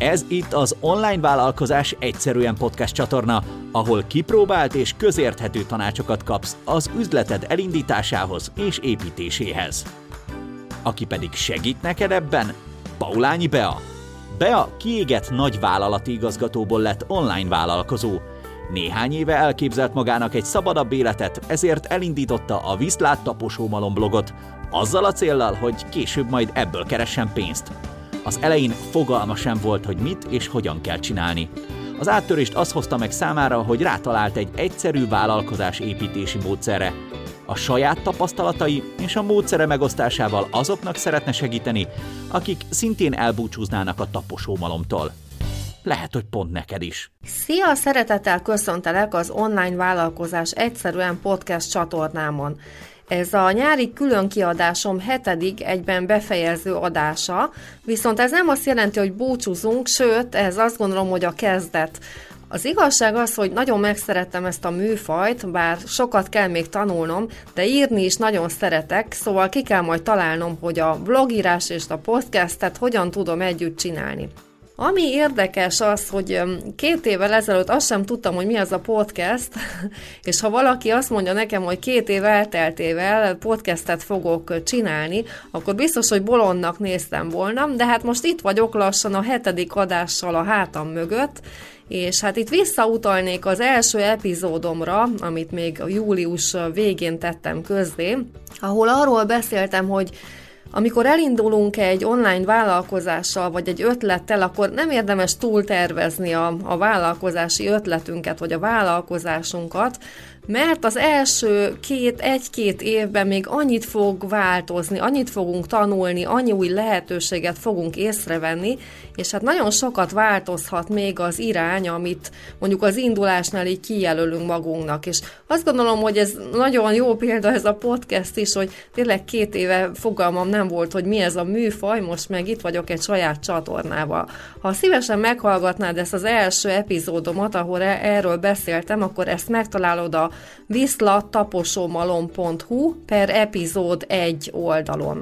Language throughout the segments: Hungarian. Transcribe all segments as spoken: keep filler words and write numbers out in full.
Ez itt az Online Vállalkozás Egyszerűen podcast csatorna, ahol kipróbált és közérthető tanácsokat kapsz az üzleted elindításához és építéséhez. Aki pedig segít neked ebben, Paulányi Bea. Bea kiégett nagy vállalati igazgatóból lett online vállalkozó. Néhány éve elképzelt magának egy szabadabb életet, ezért elindította a Viszlát taposómalom blogot, azzal a céllal, hogy később majd ebből keressen pénzt. Az elején fogalma sem volt, hogy mit és hogyan kell csinálni. Az áttörést az hozta meg számára, hogy rátalált egy egyszerű vállalkozás építési módszerre. A saját tapasztalatai és a módszere megosztásával azoknak szeretne segíteni, akik szintén elbúcsúznának a taposómalomtól. Lehet, hogy pont neked is. Szia! Szeretettel köszöntelek az Online Vállalkozás Egyszerűen podcast csatornámon. Ez a nyári különkiadásom hetedik egyben befejező adása, viszont ez nem azt jelenti, hogy búcsúzunk, sőt, ez azt gondolom, hogy a kezdet. Az igazság az, hogy nagyon megszerettem ezt a műfajt, bár sokat kell még tanulnom, de írni is nagyon szeretek, szóval ki kell majd találnom, hogy a blogírás és a podcastet hogyan tudom együtt csinálni. Ami érdekes az, hogy két évvel ezelőtt azt sem tudtam, hogy mi az a podcast, és ha valaki azt mondja nekem, hogy két év elteltével podcastet fogok csinálni, akkor biztos, hogy bolondnak néztem volna, de hát most itt vagyok lassan a hetedik adással a hátam mögött, és hát itt visszautalnék az első epizódomra, amit még július végén tettem közzé, ahol arról beszéltem, hogy amikor elindulunk egy online vállalkozással, vagy egy ötlettel, akkor nem érdemes túltervezni a, a vállalkozási ötletünket, vagy a vállalkozásunkat, mert az első két, egy-két évben még annyit fog változni, annyit fogunk tanulni, annyi új lehetőséget fogunk észrevenni, és hát nagyon sokat változhat még az irány, amit mondjuk az indulásnál így kijelölünk magunknak. És azt gondolom, hogy ez nagyon jó példa ez a podcast is, hogy tényleg két éve fogalmam nem volt, hogy mi ez a műfaj, most meg itt vagyok egy saját csatornával. Ha szívesen meghallgatnád ezt az első epizódomat, ahol erről beszéltem, akkor ezt megtalálod a viszlát taposómalom pont hu per epizód egy oldalon.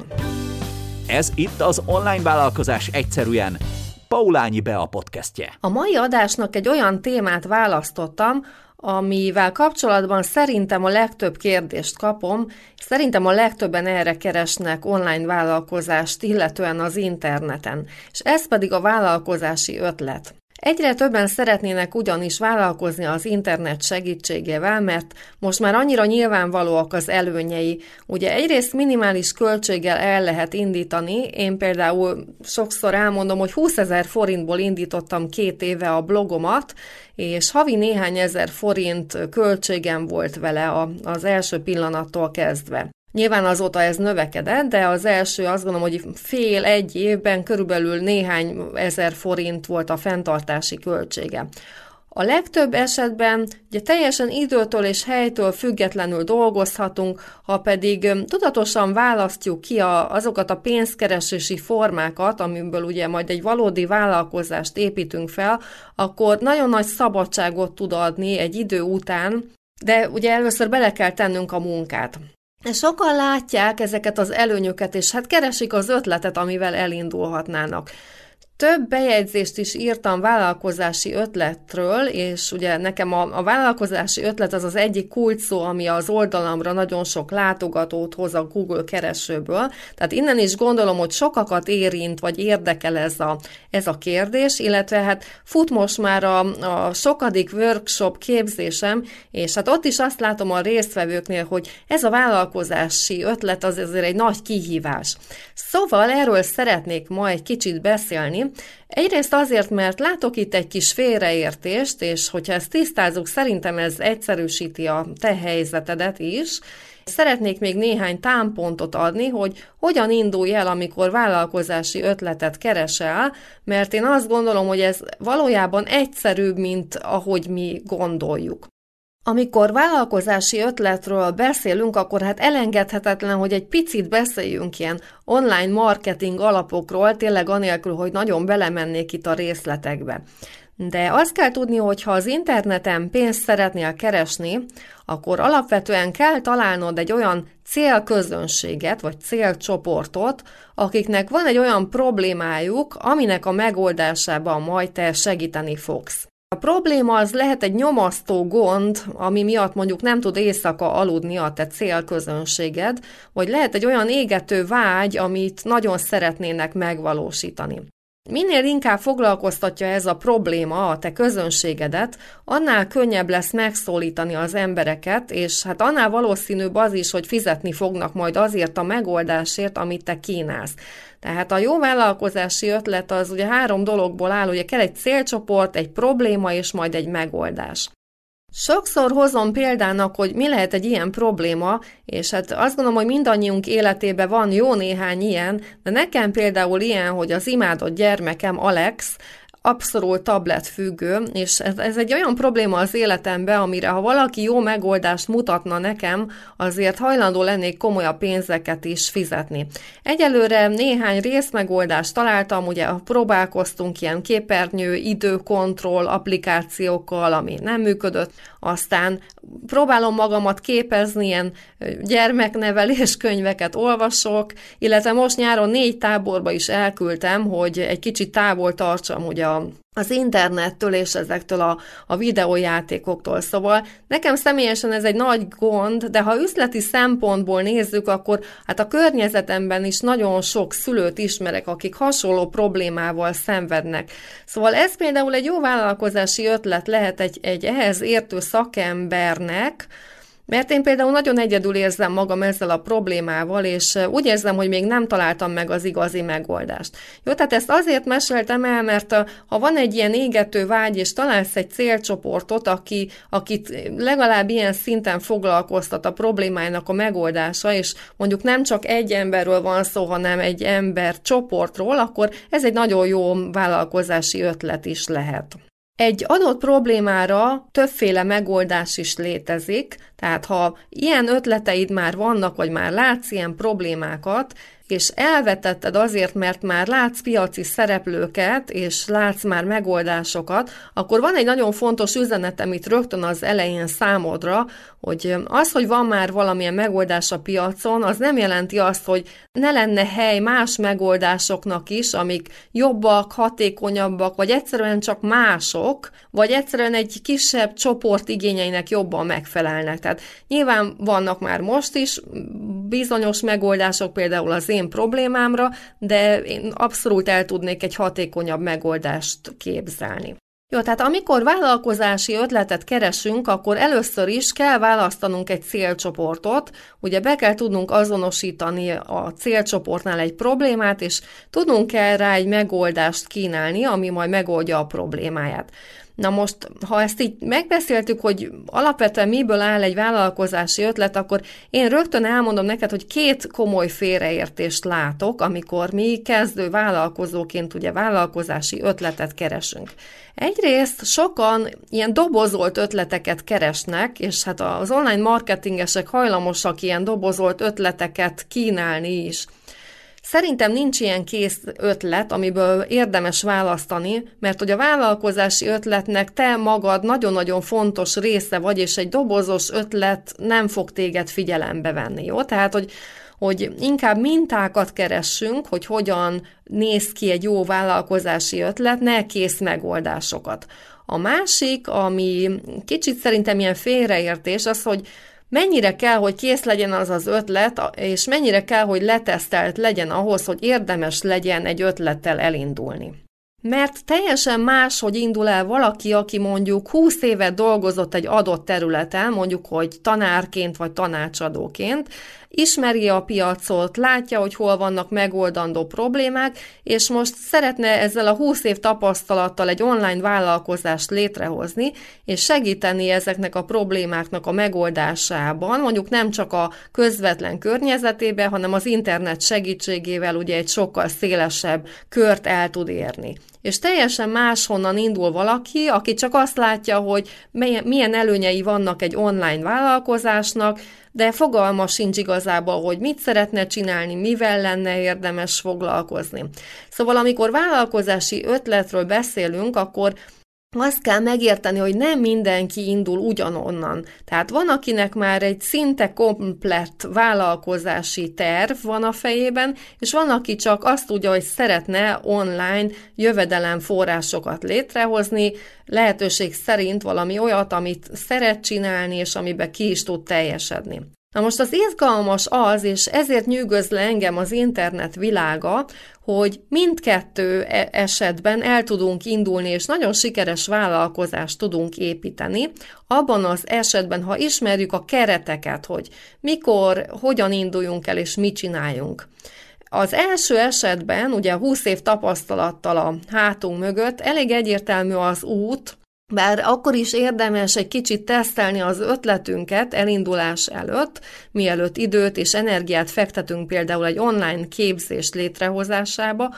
Ez itt az Online Vállalkozás Egyszerűen, Paulányi Bea podcastje. A mai adásnak egy olyan témát választottam, amivel kapcsolatban szerintem a legtöbb kérdést kapom, és szerintem a legtöbben erre keresnek online vállalkozást, illetően az interneten, és ez pedig a vállalkozási ötlet. Egyre többen szeretnének ugyanis vállalkozni az internet segítségével, mert most már annyira nyilvánvalóak az előnyei. Ugye egyrészt minimális költséggel el lehet indítani, én például sokszor elmondom, hogy húszezer forintból indítottam két éve a blogomat, és havi néhány ezer forint költségem volt vele az első pillanattól kezdve. Nyilván azóta ez növekedett, de az első azt gondolom, hogy fél-egy évben körülbelül néhány ezer forint volt a fenntartási költsége. A legtöbb esetben ugye teljesen időtől és helytől függetlenül dolgozhatunk, ha pedig tudatosan választjuk ki a, azokat a pénzkeresési formákat, amiből ugye majd egy valódi vállalkozást építünk fel, akkor nagyon nagy szabadságot tud adni egy idő után, de ugye először bele kell tennünk a munkát. Sokan látják ezeket az előnyöket, és hát keresik az ötletet, amivel elindulhatnának. Több bejegyzést is írtam vállalkozási ötletről, és ugye nekem a, a vállalkozási ötlet az az egyik kulcsszó, ami az oldalamra nagyon sok látogatót hoz a Google keresőből. Tehát innen is gondolom, hogy sokakat érint, vagy érdekel ez a, ez a kérdés, illetve hát fut most már a, a sokadik workshop képzésem, és hát ott is azt látom a résztvevőknél, hogy ez a vállalkozási ötlet az azért egy nagy kihívás. Szóval erről szeretnék ma egy kicsit beszélni. Egyrészt azért, mert látok itt egy kis félreértést, és hogyha ezt tisztázunk, szerintem ez egyszerűsíti a te helyzetedet is. Szeretnék még néhány támpontot adni, hogy hogyan indulj el, amikor vállalkozási ötletet keresel, mert én azt gondolom, hogy ez valójában egyszerűbb, mint ahogy mi gondoljuk. Amikor vállalkozási ötletről beszélünk, akkor hát elengedhetetlen, hogy egy picit beszéljünk ilyen online marketing alapokról, tényleg anélkül, hogy nagyon belemennék itt a részletekbe. De azt kell tudni, hogy ha az interneten pénzt szeretnél keresni, akkor alapvetően kell találnod egy olyan célközönséget, vagy célcsoportot, akiknek van egy olyan problémájuk, aminek a megoldásában majd te segíteni fogsz. A probléma az lehet egy nyomasztó gond, ami miatt mondjuk nem tud éjszaka aludni a te célközönséged, vagy lehet egy olyan égető vágy, amit nagyon szeretnének megvalósítani. Minél inkább foglalkoztatja ez a probléma a te közönségedet, annál könnyebb lesz megszólítani az embereket, és hát annál valószínűbb az is, hogy fizetni fognak majd azért a megoldásért, amit te kínálsz. Tehát a jó vállalkozási ötlet az ugye három dologból áll, ugye kell egy célcsoport, egy probléma és majd egy megoldás. Sokszor hozom példának, hogy mi lehet egy ilyen probléma, és hát azt gondolom, hogy mindannyiunk életében van jó néhány ilyen, de nekem például ilyen, hogy az imádott gyermekem Alex abszolút tabletfüggő, és ez, ez egy olyan probléma az életemben, amire ha valaki jó megoldást mutatna nekem, azért hajlandó lennék komolyabb pénzeket is fizetni. Egyelőre néhány részmegoldást találtam, ugye próbálkoztunk ilyen képernyő, időkontroll applikációkkal, ami nem működött, aztán próbálom magamat képezni, ilyen gyermeknevelés könyveket olvasok, illetve most nyáron négy táborba is elküldtem, hogy egy kicsit távol tartsam ugye az internettől és ezektől a, a videójátékoktól. Szóval nekem személyesen ez egy nagy gond, de ha üzleti szempontból nézzük, akkor hát a környezetemben is nagyon sok szülőt ismerek, akik hasonló problémával szenvednek. Szóval ez például egy jó vállalkozási ötlet lehet egy, egy ehhez értő szakembernek, mert én például nagyon egyedül érzem magam ezzel a problémával, és úgy érzem, hogy még nem találtam meg az igazi megoldást. Jó, tehát ezt azért meséltem el, mert ha van egy ilyen égető vágy, és találsz egy célcsoportot, aki, akit legalább ilyen szinten foglalkoztat a problémának a megoldása, és mondjuk nem csak egy emberről van szó, hanem egy ember csoportról, akkor ez egy nagyon jó vállalkozási ötlet is lehet. Egy adott problémára többféle megoldás is létezik, tehát ha ilyen ötleteid már vannak, vagy már látsz ilyen problémákat, és elvetetted azért, mert már látsz piaci szereplőket, és látsz már megoldásokat, akkor van egy nagyon fontos üzenetem itt rögtön az elején számodra, hogy az, hogy van már valamilyen megoldás a piacon, az nem jelenti azt, hogy ne lenne hely más megoldásoknak is, amik jobbak, hatékonyabbak, vagy egyszerűen csak mások, vagy egyszerűen egy kisebb csoport igényeinek jobban megfelelnek. Tehát nyilván vannak már most is bizonyos megoldások, például az én problémámra, de én abszolút el tudnék egy hatékonyabb megoldást képzelni. Jó, tehát amikor vállalkozási ötletet keresünk, akkor először is kell választanunk egy célcsoportot, ugye be kell tudnunk azonosítani a célcsoportnál egy problémát, és tudnunk kell rá egy megoldást kínálni, ami majd megoldja a problémáját. Na most, ha ezt így megbeszéltük, hogy alapvetően miből áll egy vállalkozási ötlet, akkor én rögtön elmondom neked, hogy két komoly félreértést látok, amikor mi kezdő vállalkozóként ugye vállalkozási ötletet keresünk. Egyrészt sokan ilyen dobozolt ötleteket keresnek, és hát az online marketingesek hajlamosak ilyen dobozolt ötleteket kínálni is. Szerintem nincs ilyen kész ötlet, amiből érdemes választani, mert hogy a vállalkozási ötletnek te magad nagyon-nagyon fontos része vagy, és egy dobozos ötlet nem fog téged figyelembe venni, jó? Tehát, hogy, hogy inkább mintákat keressünk, hogy hogyan néz ki egy jó vállalkozási ötlet, ne kész megoldásokat. A másik, ami kicsit szerintem ilyen félreértés, az, hogy mennyire kell, hogy kész legyen az az ötlet, és mennyire kell, hogy letesztelt legyen ahhoz, hogy érdemes legyen egy ötlettel elindulni. Mert teljesen más, hogy indul el valaki, aki mondjuk húsz évet dolgozott egy adott területen, mondjuk, hogy tanárként vagy tanácsadóként, ismeri a piacot, látja, hogy hol vannak megoldandó problémák, és most szeretne ezzel a húsz év tapasztalattal egy online vállalkozást létrehozni, és segíteni ezeknek a problémáknak a megoldásában, mondjuk nem csak a közvetlen környezetében, hanem az internet segítségével ugye egy sokkal szélesebb kört el tud érni. És teljesen máshonnan indul valaki, aki csak azt látja, hogy milyen előnyei vannak egy online vállalkozásnak, de fogalma sincs igazából, hogy mit szeretne csinálni, mivel lenne érdemes foglalkozni. Szóval amikor vállalkozási ötletről beszélünk, akkor azt kell megérteni, hogy nem mindenki indul ugyanonnan. Tehát van, akinek már egy szinte komplett vállalkozási terv van a fejében, és van, aki csak azt tudja, hogy szeretne online jövedelemforrásokat létrehozni, lehetőség szerint valami olyat, amit szeret csinálni, és amiben ki is tud teljesedni. Na most az izgalmas az, és ezért nyűgöz le engem az internet világa, hogy mindkettő esetben el tudunk indulni, és nagyon sikeres vállalkozást tudunk építeni, abban az esetben, ha ismerjük a kereteket, hogy mikor, hogyan induljunk el, és mit csináljunk. Az első esetben, ugye húsz év tapasztalattal a hátunk mögött, elég egyértelmű az út, bár akkor is érdemes egy kicsit tesztelni az ötletünket elindulás előtt, mielőtt időt és energiát fektetünk például egy online képzés létrehozásába.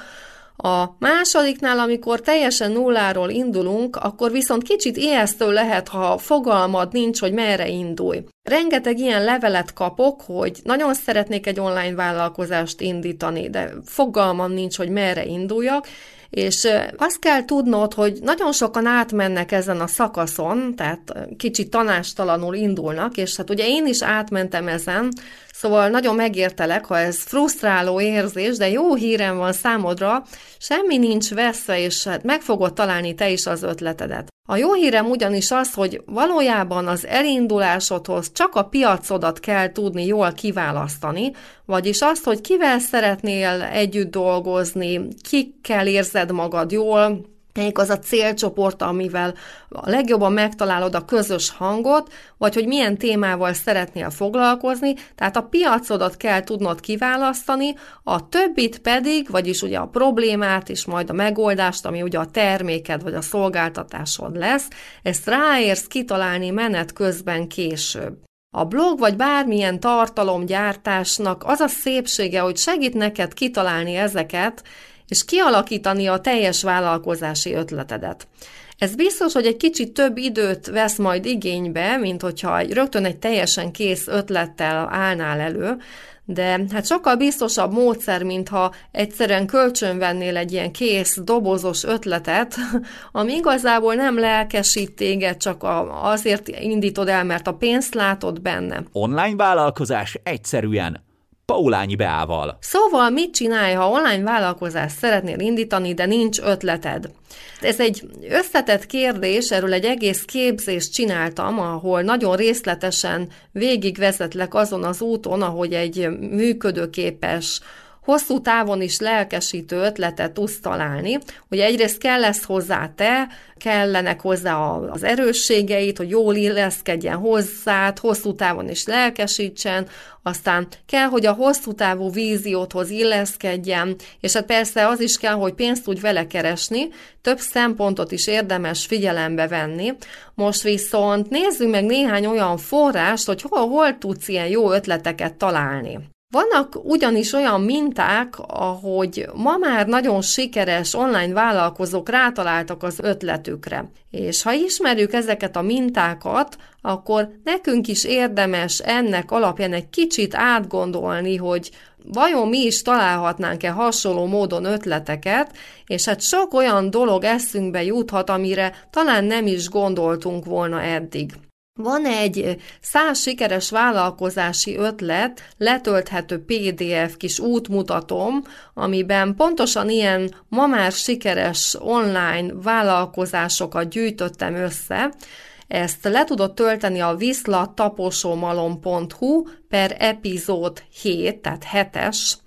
A másodiknál, amikor teljesen nulláról indulunk, akkor viszont kicsit ijesztő lehet, ha fogalmad nincs, hogy merre indulj. Rengeteg ilyen levelet kapok, hogy nagyon szeretnék egy online vállalkozást indítani, de fogalmam nincs, hogy merre induljak, és azt kell tudnod, hogy nagyon sokan átmennek ezen a szakaszon, tehát kicsit tanástalanul indulnak, és hát ugye én is átmentem ezen, szóval nagyon megértelek, ha ez frusztráló érzés, de jó hírem van számodra, semmi nincs veszve, és hát meg fogod találni te is az ötletedet. A jó hírem ugyanis az, hogy valójában az elindulásodhoz csak a piacodat kell tudni jól kiválasztani, vagyis azt, hogy kivel szeretnél együtt dolgozni, kikkel érzed magad jól, melyik az a célcsoport, amivel a legjobban megtalálod a közös hangot, vagy hogy milyen témával szeretnél foglalkozni, tehát a piacodat kell tudnod kiválasztani, a többit pedig, vagyis ugye a problémát és majd a megoldást, ami ugye a terméked vagy a szolgáltatásod lesz, ezt ráérsz kitalálni menet közben később. A blog vagy bármilyen tartalomgyártásnak az a szépsége, hogy segít neked kitalálni ezeket, és kialakítani a teljes vállalkozási ötletedet. Ez biztos, hogy egy kicsit több időt vesz majd igénybe, mint hogyha egy, rögtön egy teljesen kész ötlettel állnál elő, de hát sokkal biztosabb módszer, mintha egyszerűen kölcsönvennél egy ilyen kész, dobozos ötletet, ami igazából nem lelkesít téged, csak a, azért indítod el, mert a pénzt látod benne. Online vállalkozás egyszerűen Paulányi Beával. Szóval mit csinálj, ha online vállalkozást szeretnél indítani, de nincs ötleted? Ez egy összetett kérdés, erről egy egész képzést csináltam, ahol nagyon részletesen végigvezetlek azon az úton, ahogy egy működőképes, hosszú távon is lelkesítő ötletet tudsz találni. Ugye egyrészt kell lesz hozzá te, kellenek hozzá az erősségeit, hogy jól illeszkedjen hozzád, hosszú távon is lelkesítsen, aztán kell, hogy a hosszú távú víziódhoz illeszkedjen, és hát persze az is kell, hogy pénzt tudj vele keresni, több szempontot is érdemes figyelembe venni. Most viszont nézzük meg néhány olyan forrást, hogy hol, hol tudsz ilyen jó ötleteket találni. Vannak ugyanis olyan minták, ahogy ma már nagyon sikeres online vállalkozók rátaláltak az ötletükre. És ha ismerjük ezeket a mintákat, akkor nekünk is érdemes ennek alapján egy kicsit átgondolni, hogy vajon mi is találhatnánk-e hasonló módon ötleteket, és hát sok olyan dolog eszünkbe juthat, amire talán nem is gondoltunk volna eddig. Van egy száz sikeres vállalkozási ötlet, letölthető pé dé ef kis útmutatom, amiben pontosan ilyen ma már sikeres online vállalkozásokat gyűjtöttem össze. Ezt le tudod tölteni a viszlattaposomalom pont hu per epizód hét, tehát hetes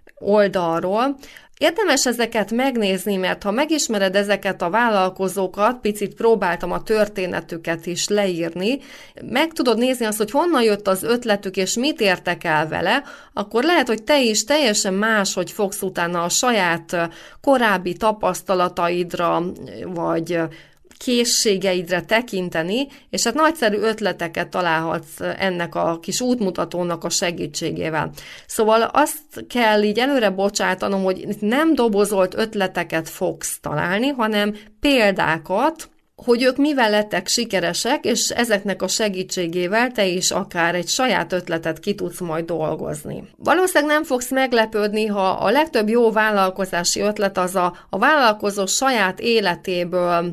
oldalról. Érdemes ezeket megnézni, mert ha megismered ezeket a vállalkozókat, picit próbáltam a történetüket is leírni, meg tudod nézni azt, hogy honnan jött az ötletük, és mit értek el vele, akkor lehet, hogy te is teljesen máshogy fogsz utána a saját korábbi tapasztalataidra, vagy készségeidre tekinteni, és hát nagyszerű ötleteket találhatsz ennek a kis útmutatónak a segítségével. Szóval azt kell így előre bocsátanom, hogy nem dobozolt ötleteket fogsz találni, hanem példákat, hogy ők mivel lettek sikeresek, és ezeknek a segítségével te is akár egy saját ötletet ki tudsz majd dolgozni. Valószínűleg nem fogsz meglepődni, ha a legtöbb jó vállalkozási ötlet az a, a vállalkozó saját életéből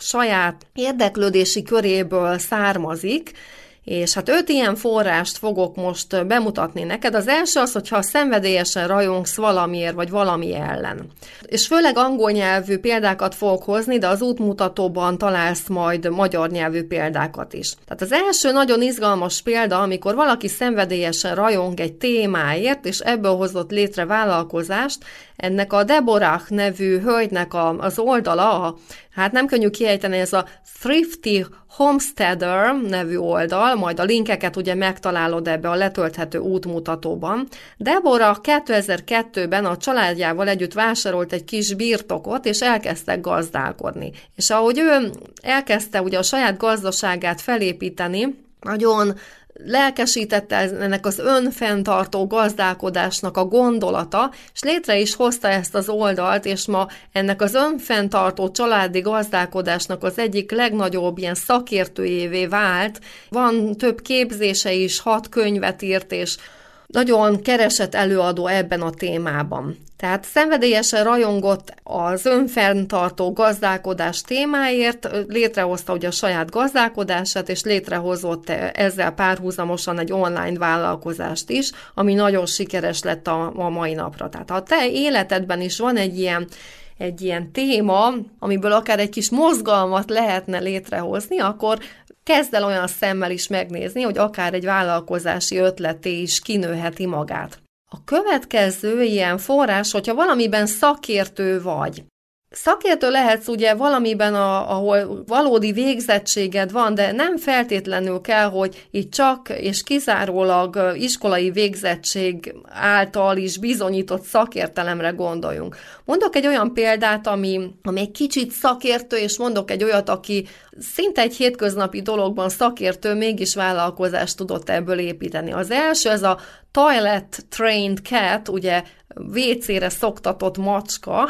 saját érdeklődési köréből származik, és hát öt ilyen forrást fogok most bemutatni neked. Az első az, hogyha szenvedélyesen rajongsz valamiért, vagy valami ellen. És főleg angol nyelvű példákat fogok hozni, de az útmutatóban találsz majd magyar nyelvű példákat is. Tehát az első nagyon izgalmas példa, amikor valaki szenvedélyesen rajong egy témáért, és ebből hozott létre vállalkozást, ennek a Deborah nevű hölgynek a, az oldala, a, hát nem könnyű kiejteni, ez a Thrifty Homesteader nevű oldal, majd a linkeket ugye megtalálod ebbe a letölthető útmutatóban. Deborah kétezer-kettőben a családjával együtt vásárolt egy kis birtokot, és elkezdtek gazdálkodni. És ahogy ő elkezdte ugye a saját gazdaságát felépíteni, nagyon lelkesítette ennek az önfenntartó gazdálkodásnak a gondolata, és létre is hozta ezt az oldalt, és ma ennek az önfenntartó családi gazdálkodásnak az egyik legnagyobb ilyen szakértőjévé vált. Van több képzése is, hat könyvet írt, és nagyon keresett előadó ebben a témában. Tehát szenvedélyesen rajongott az önfenntartó gazdálkodás témáért, létrehozta ugye a saját gazdálkodását, és létrehozott ezzel párhuzamosan egy online vállalkozást is, ami nagyon sikeres lett a, a mai napra. Tehát ha a te életedben is van egy ilyen egy ilyen téma, amiből akár egy kis mozgalmat lehetne létrehozni, akkor kezd el olyan szemmel is megnézni, hogy akár egy vállalkozási ötleté is kinőheti magát. A következő ilyen forrás, hogyha valamiben szakértő vagy. Szakértő lehetsz ugye valamiben, a, ahol valódi végzettséged van, de nem feltétlenül kell, hogy itt csak és kizárólag iskolai végzettség által is bizonyított szakértelemre gondoljunk. Mondok egy olyan példát, ami, ami egy kicsit szakértő, és mondok egy olyat, aki szinte egy hétköznapi dologban szakértő, mégis vállalkozást tudott ebből építeni. Az első, ez a Toilet Trained Cat, ugye vécére szoktatott macska.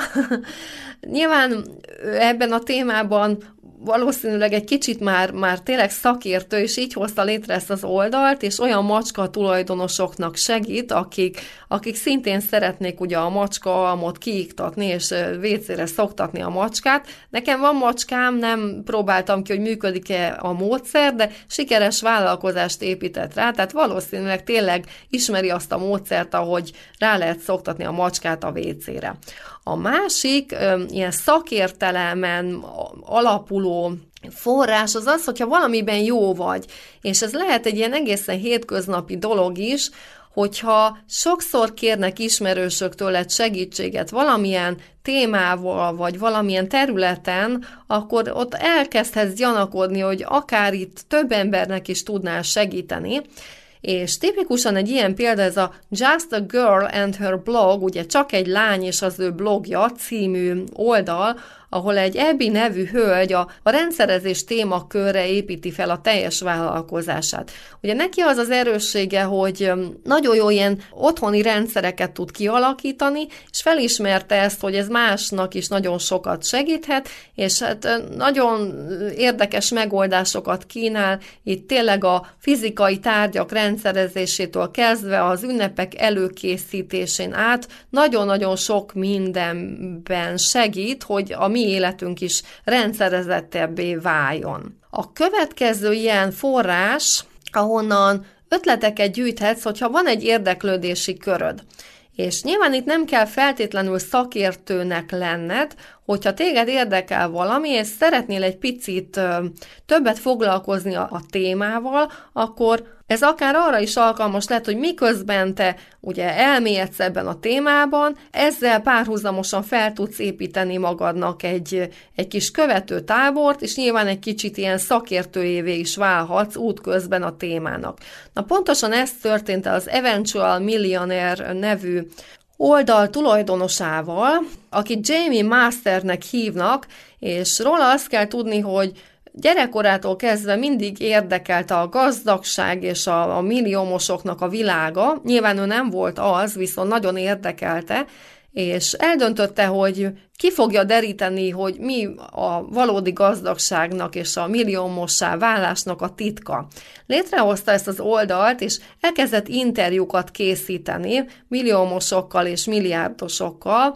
Nyilván ebben a témában valószínűleg egy kicsit már, már tényleg szakértő, és így hozta létre ezt az oldalt, és olyan macska tulajdonosoknak segít, akik, akik szintén szeretnék ugye a macska almot kiiktatni, és vécére szoktatni a macskát. Nekem van macskám, nem próbáltam ki, hogy működik-e a módszer, de sikeres vállalkozást épített rá, tehát valószínűleg tényleg ismeri azt a módszert, ahogy rá lehet szoktatni a macskát a vécére. A másik ilyen szakértelemen alapuló forrás az az, hogyha valamiben jó vagy, és ez lehet egy ilyen egészen hétköznapi dolog is, hogyha sokszor kérnek ismerősöktől egy segítséget valamilyen témával, vagy valamilyen területen, akkor ott elkezdhetsz gyanakodni, hogy akár itt több embernek is tudnál segíteni, és tipikusan egy ilyen példa ez a Just a Girl and Her Blog, ugye csak egy lány és az ő blogja című oldal, ahol egy Abby nevű hölgy a, a rendszerezés témakörre építi fel a teljes vállalkozását. Ugye neki az az erőssége, hogy nagyon jó ilyen otthoni rendszereket tud kialakítani, és felismerte ezt, hogy ez másnak is nagyon sokat segíthet, és hát nagyon érdekes megoldásokat kínál, itt tényleg a fizikai tárgyak rendszerezésétől kezdve az ünnepek előkészítésén át nagyon-nagyon sok mindenben segít, hogy a mi életünk is rendszerezettebbé váljon. A következő ilyen forrás, ahonnan ötleteket gyűjthetsz, hogyha van egy érdeklődési köröd. És nyilván itt nem kell feltétlenül szakértőnek lenned, hogyha téged érdekel valami, és szeretnél egy picit ö, többet foglalkozni a, a témával, akkor ez akár arra is alkalmas lehet, hogy miközben te ugye elmélyedsz ebben a témában, ezzel párhuzamosan fel tudsz építeni magadnak egy, egy kis követőtábort, és nyilván egy kicsit ilyen szakértőjévé is válhatsz útközben a témának. Na pontosan ez történt az Eventual Millionaire nevű oldal tulajdonosával, akit Jamie Masternek hívnak, és róla azt kell tudni, hogy gyerekkorától kezdve mindig érdekelte a gazdagság és a, a milliómosoknak a világa. Nyilván ő nem volt az, viszont nagyon érdekelte, és eldöntötte, hogy ki fogja deríteni, hogy mi a valódi gazdagságnak és a milliómossá válásnak a titka. Létrehozta ezt az oldalt, és elkezdett interjúkat készíteni milliómosokkal és milliárdosokkal,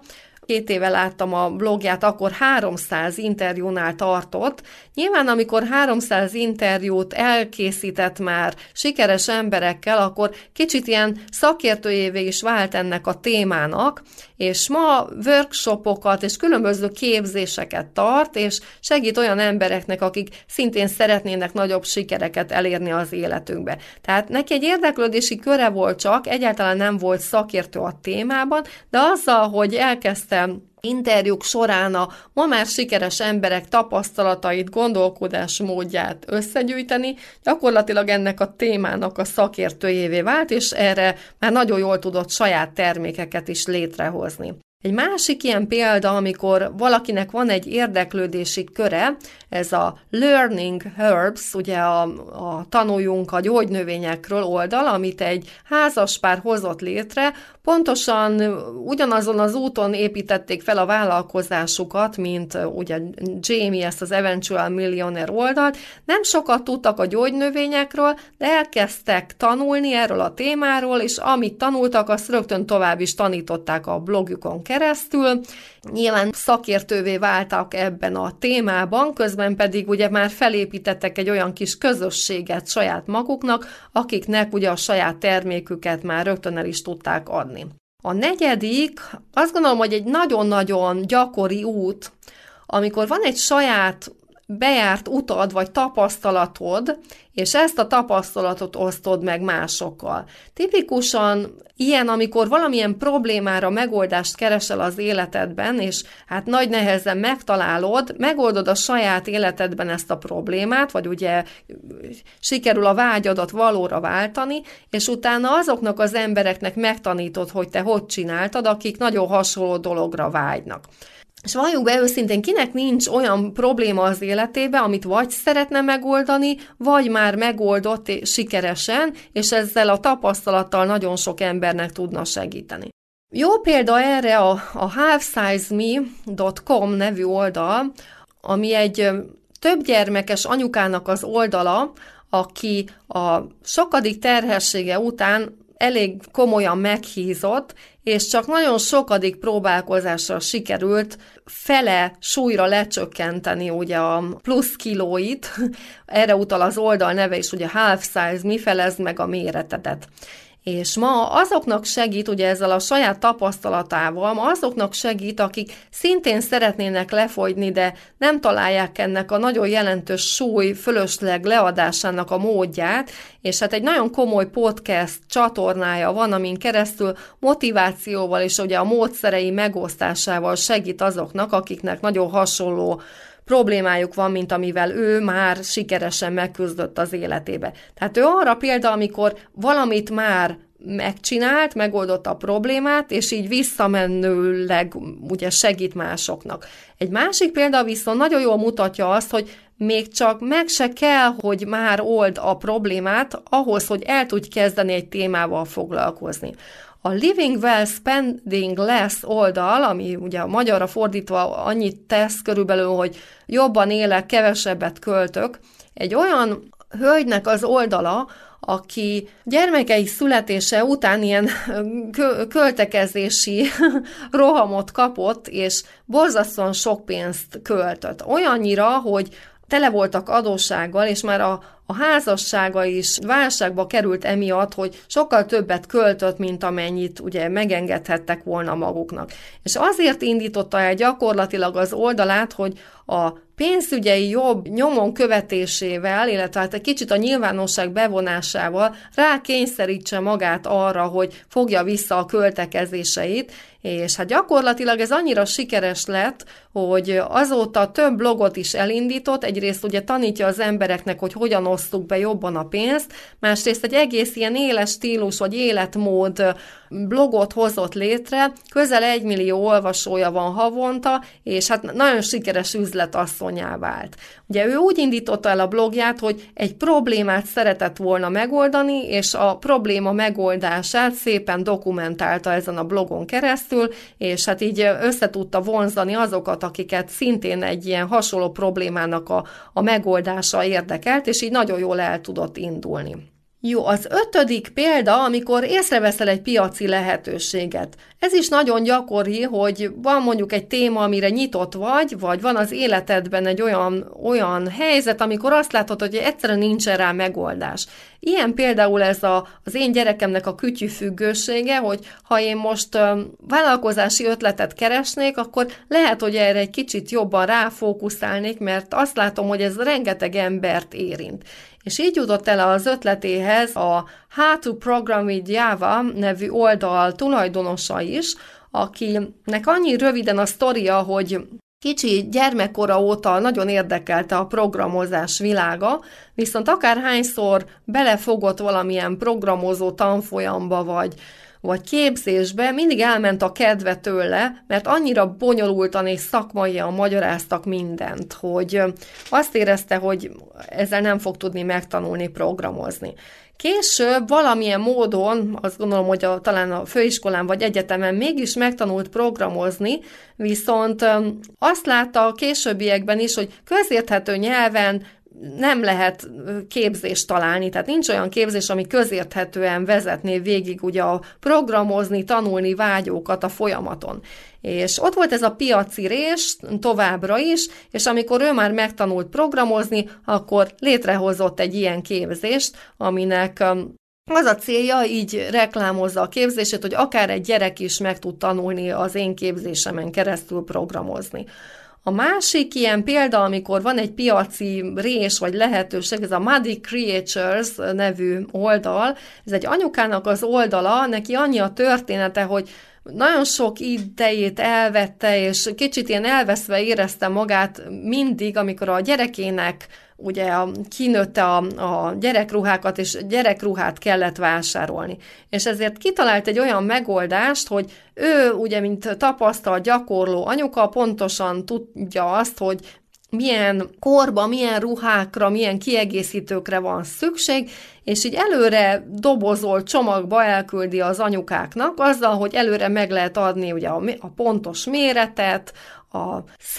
két éve láttam a blogját, akkor háromszáz interjúnál tartott. Nyilván, amikor háromszáz interjút elkészített már sikeres emberekkel, akkor kicsit ilyen szakértőjévé is vált ennek a témának, és ma workshopokat és különböző képzéseket tart, és segít olyan embereknek, akik szintén szeretnének nagyobb sikereket elérni az életünkbe. Tehát neki egy érdeklődési köre volt csak, egyáltalán nem volt szakértő a témában, de azzal, hogy elkezdtem interjúk során a ma már sikeres emberek tapasztalatait, gondolkodásmódját összegyűjteni, gyakorlatilag ennek a témának a szakértőjévé vált, és erre már nagyon jól tudott saját termékeket is létrehozni. Egy másik ilyen példa, amikor valakinek van egy érdeklődési köre, ez a Learning Herbs, ugye a, a tanuljunk a gyógynövényekről oldal, amit egy házaspár hozott létre, pontosan ugyanazon az úton építették fel a vállalkozásukat, mint ugye Jamie, ezt az Eventual Millionaire oldalt. Nem sokat tudtak a gyógynövényekről, de elkezdtek tanulni erről a témáról, és amit tanultak, azt rögtön tovább is tanították a blogjukon keresztül. Nyilván szakértővé váltak ebben a témában, közben pedig ugye már felépítettek egy olyan kis közösséget saját maguknak, akiknek ugye a saját terméküket már rögtön el is tudták adni. A negyedik, azt gondolom, hogy egy nagyon-nagyon gyakori út, amikor van egy saját bejárt utad vagy tapasztalatod, és ezt a tapasztalatot osztod meg másokkal. Tipikusan ilyen, amikor valamilyen problémára megoldást keresel az életedben, és hát nagy nehezen megtalálod, megoldod a saját életedben ezt a problémát, vagy ugye sikerül a vágyadat valóra váltani, és utána azoknak az embereknek megtanítod, hogy te hogy csináltad, akik nagyon hasonló dologra vágynak. És valljuk be őszintén, kinek nincs olyan probléma az életében, amit vagy szeretne megoldani, vagy már megoldott sikeresen, és ezzel a tapasztalattal nagyon sok embernek tudna segíteni. Jó példa erre a, a half size me dot com nevű oldal, ami egy többgyermekes anyukának az oldala, aki a sokadik terhessége után elég komolyan meghízott, és csak nagyon sokadik próbálkozásra sikerült fele súlyra lecsökkenteni ugye a plusz kilóit, erre utal az oldal neve is, ugye half size me, felezd meg a méretedet. És ma azoknak segít, ugye ezzel a saját tapasztalatával, ma azoknak segít, akik szintén szeretnének lefogyni, de nem találják ennek a nagyon jelentős súly fölösleg leadásának a módját, és hát egy nagyon komoly podcast csatornája van, amin keresztül motivációval és ugye a módszerei megosztásával segít azoknak, akiknek nagyon hasonló problémájuk van, mint amivel ő már sikeresen megküzdött az életébe. Tehát ő arra példa, amikor valamit már megcsinált, megoldotta a problémát, és így visszamenőleg ugye segít másoknak. Egy másik példa viszont nagyon jól mutatja azt, hogy még csak meg se kell, hogy már old a problémát ahhoz, hogy el tudj kezdeni egy témával foglalkozni. A Living Well, Spending Less oldal, ami ugye a magyarra fordítva annyit tesz körülbelül, hogy jobban élek, kevesebbet költök, egy olyan hölgynek az oldala, aki gyermekei születése után ilyen költekezési rohamot kapott, és borzasztóan sok pénzt költött. Olyannyira, hogy tele voltak adóssággal, és már a, a házassága is válságba került emiatt, hogy sokkal többet költött, mint amennyit ugye megengedhettek volna maguknak. És azért indította el gyakorlatilag az oldalát, hogy a pénzügyei jobb nyomon követésével, illetve hát egy kicsit a nyilvánosság bevonásával rákényszerítse magát arra, hogy fogja vissza a költekezéseit, és hát gyakorlatilag ez annyira sikeres lett, hogy azóta több blogot is elindított, egyrészt ugye tanítja az embereknek, hogy hogyan osztuk be jobban a pénzt, másrészt egy egész ilyen éles stílus vagy életmód blogot hozott létre, közel egy millió olvasója van havonta, és hát nagyon sikeres üzletasszonnyá vált. Ugye ő úgy indította el a blogját, hogy egy problémát szeretett volna megoldani, és a probléma megoldását szépen dokumentálta ezen a blogon keresztül, és hát így összetudta vonzani azokat, akiket szintén egy ilyen hasonló problémának a, a megoldása érdekelt, és így nagyon jól el tudott indulni. Jó, az ötödik példa, amikor észreveszel egy piaci lehetőséget. Ez is nagyon gyakori, hogy van mondjuk egy téma, amire nyitott vagy, vagy van az életedben egy olyan, olyan helyzet, amikor azt látod, hogy egyszerűen nincsen rá megoldás. Ilyen például ez a, az én gyerekemnek a kütyűfüggősége, hogy ha én most um, vállalkozási ötletet keresnék, akkor lehet, hogy erre egy kicsit jobban ráfókuszálnék, mert azt látom, hogy ez rengeteg embert érint. És így jutott el az ötletéhez a How to Program with Java nevű oldal tulajdonosa is, akinek annyi röviden a sztoria, hogy kicsi gyermekkora óta nagyon érdekelte a programozás világa, viszont akárhányszor belefogott valamilyen programozó tanfolyamba vagy, vagy képzésbe, mindig elment a kedve tőle, mert annyira bonyolultan és szakmaian magyaráztak mindent, hogy azt érezte, hogy ezzel nem fog tudni megtanulni programozni. Később valamilyen módon, azt gondolom, hogy a, talán a főiskolán vagy egyetemen mégis megtanult programozni, viszont azt látta a későbbiekben is, hogy közérthető nyelven nem lehet képzést találni, tehát nincs olyan képzés, ami közérthetően vezetné végig ugye a programozni, tanulni vágyókat a folyamaton. És ott volt ez a piaci rés továbbra is, és amikor ő már megtanult programozni, akkor létrehozott egy ilyen képzést, aminek az a célja, így reklámozza a képzését, hogy akár egy gyerek is meg tud tanulni az én képzésemen keresztül programozni. A másik ilyen példa, amikor van egy piaci rés vagy lehetőség, ez a Muddy Creatures nevű oldal, ez egy anyukának az oldala, neki annyi a története, hogy nagyon sok idejét elvette, és kicsit ilyen elveszve érezte magát mindig, amikor a gyerekének ugye kinőtte a, a gyerekruhákat, és gyerekruhát kellett vásárolni. És ezért kitalált egy olyan megoldást, hogy ő ugye, mint tapasztalt, gyakorló anyuka, pontosan tudja azt, hogy milyen korba, milyen ruhákra, milyen kiegészítőkre van szükség, és így előre dobozol csomagba elküldi az anyukáknak, azzal, hogy előre meg lehet adni ugye a, a pontos méretet, a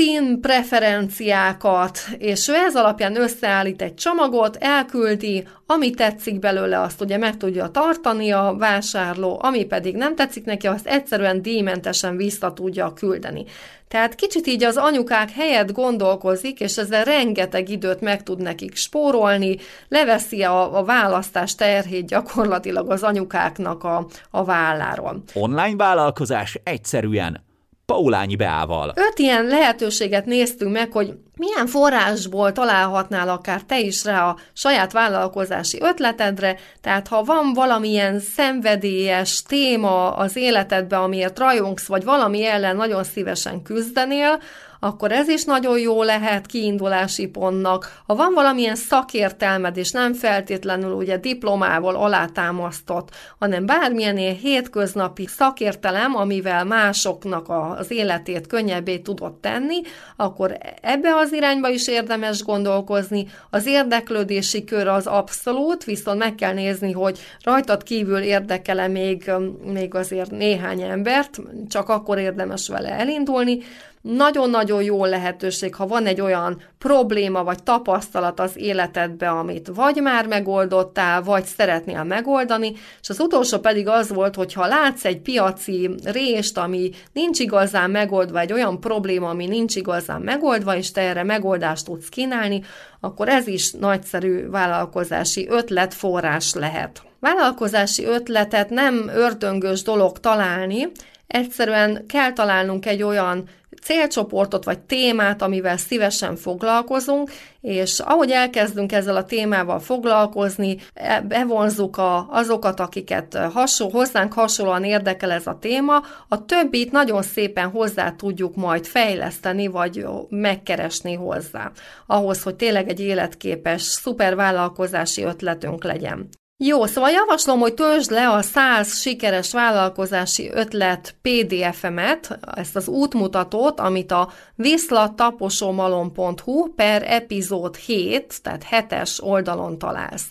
színpreferenciákat, és ő ez alapján összeállít egy csomagot, elküldi, ami tetszik belőle, azt ugye meg tudja tartani a vásárló, ami pedig nem tetszik neki, azt egyszerűen díjmentesen vissza tudja küldeni. Tehát kicsit így az anyukák helyett gondolkozik, és ezzel rengeteg időt meg tud nekik spórolni, leveszi a, a választás terhét gyakorlatilag az anyukáknak a, a válláról. Online vállalkozás egyszerűen Paulányi Beával. Öt ilyen lehetőséget néztünk meg, hogy milyen forrásból találhatnál akár te is rá a saját vállalkozási ötletedre, tehát ha van valamilyen szenvedélyes téma az életedben, amiért rajongsz, vagy valami ellen nagyon szívesen küzdenél, akkor ez is nagyon jó lehet kiindulási pontnak. Ha van valamilyen szakértelmed, és nem feltétlenül ugye diplomával alátámasztott, hanem bármilyen ilyen hétköznapi szakértelem, amivel másoknak az életét könnyebbé tudod tenni, akkor ebbe az irányba is érdemes gondolkozni. Az érdeklődési kör az abszolút, viszont meg kell nézni, hogy rajtad kívül érdekele még, még azért néhány embert, csak akkor érdemes vele elindulni. Nagyon-nagyon jó lehetőség, ha van egy olyan probléma vagy tapasztalat az életedbe, amit vagy már megoldottál, vagy szeretnél megoldani, és az utolsó pedig az volt, hogy ha látsz egy piaci rést, ami nincs igazán megoldva, egy olyan probléma, ami nincs igazán megoldva, és te erre megoldást tudsz kínálni, akkor ez is nagyszerű vállalkozási ötletforrás lehet. Vállalkozási ötletet nem ördöngös dolog találni, egyszerűen kell találnunk egy olyan célcsoportot vagy témát, amivel szívesen foglalkozunk, és ahogy elkezdünk ezzel a témával foglalkozni, bevonzzuk a, azokat, akiket hasonl, hozzánk hasonlóan érdekel ez a téma, a többit nagyon szépen hozzá tudjuk majd fejleszteni, vagy megkeresni hozzá, ahhoz, hogy tényleg egy életképes, szuper vállalkozási ötletünk legyen. Jó, szóval javaslom, hogy töltsd le a száz sikeres vállalkozási ötlet pé dé ef-emet, ezt az útmutatót, amit a viszlattaposomalom pont hu per epizód hét, tehát hetes oldalon találsz.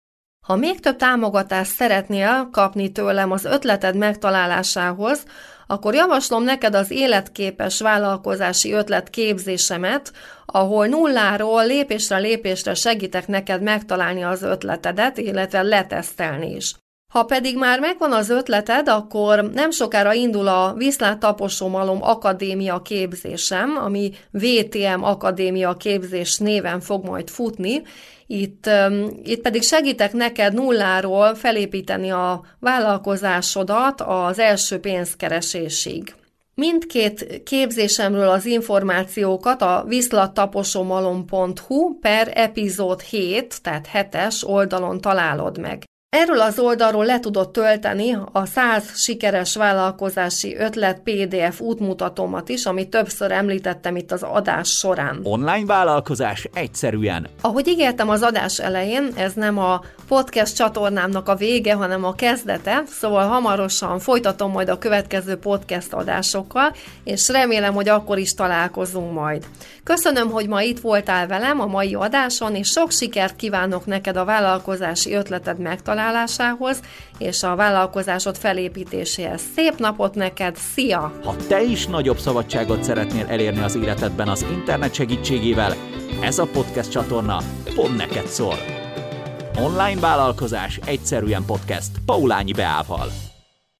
Ha még több támogatást szeretnél kapni tőlem az ötleted megtalálásához, akkor javaslom neked az életképes vállalkozási ötlet képzésemet, ahol nulláról lépésre lépésre segítek neked megtalálni az ötletedet, illetve letesztelni is. Ha pedig már megvan az ötleted, akkor nem sokára indul a Viszlát Taposó Malom Akadémia képzésem, ami vé té em Akadémia képzés néven fog majd futni. Itt, itt pedig segítek neked nulláról felépíteni a vállalkozásodat az első pénzkeresésig. Mindkét képzésemről az információkat a viszlattaposomalom pont hu per epizód hét, tehát hetes oldalon találod meg. Erről az oldalról le tudod tölteni a száz sikeres vállalkozási ötlet pé dé ef útmutatómat is, amit többször említettem itt az adás során. Online vállalkozás egyszerűen. Ahogy ígértem az adás elején, ez nem a podcast csatornámnak a vége, hanem a kezdete, szóval hamarosan folytatom majd a következő podcast adásokkal, és remélem, hogy akkor is találkozunk majd. Köszönöm, hogy ma itt voltál velem a mai adáson, és sok sikert kívánok neked a vállalkozási ötleted megtalálásához, és a vállalkozásod felépítéséhez. Szép napot neked, szia! Ha te is nagyobb szabadságot szeretnél elérni az életedben az internet segítségével, ez a podcast csatorna pont neked szól. Online vállalkozás egyszerűen podcast Paulányi Beával.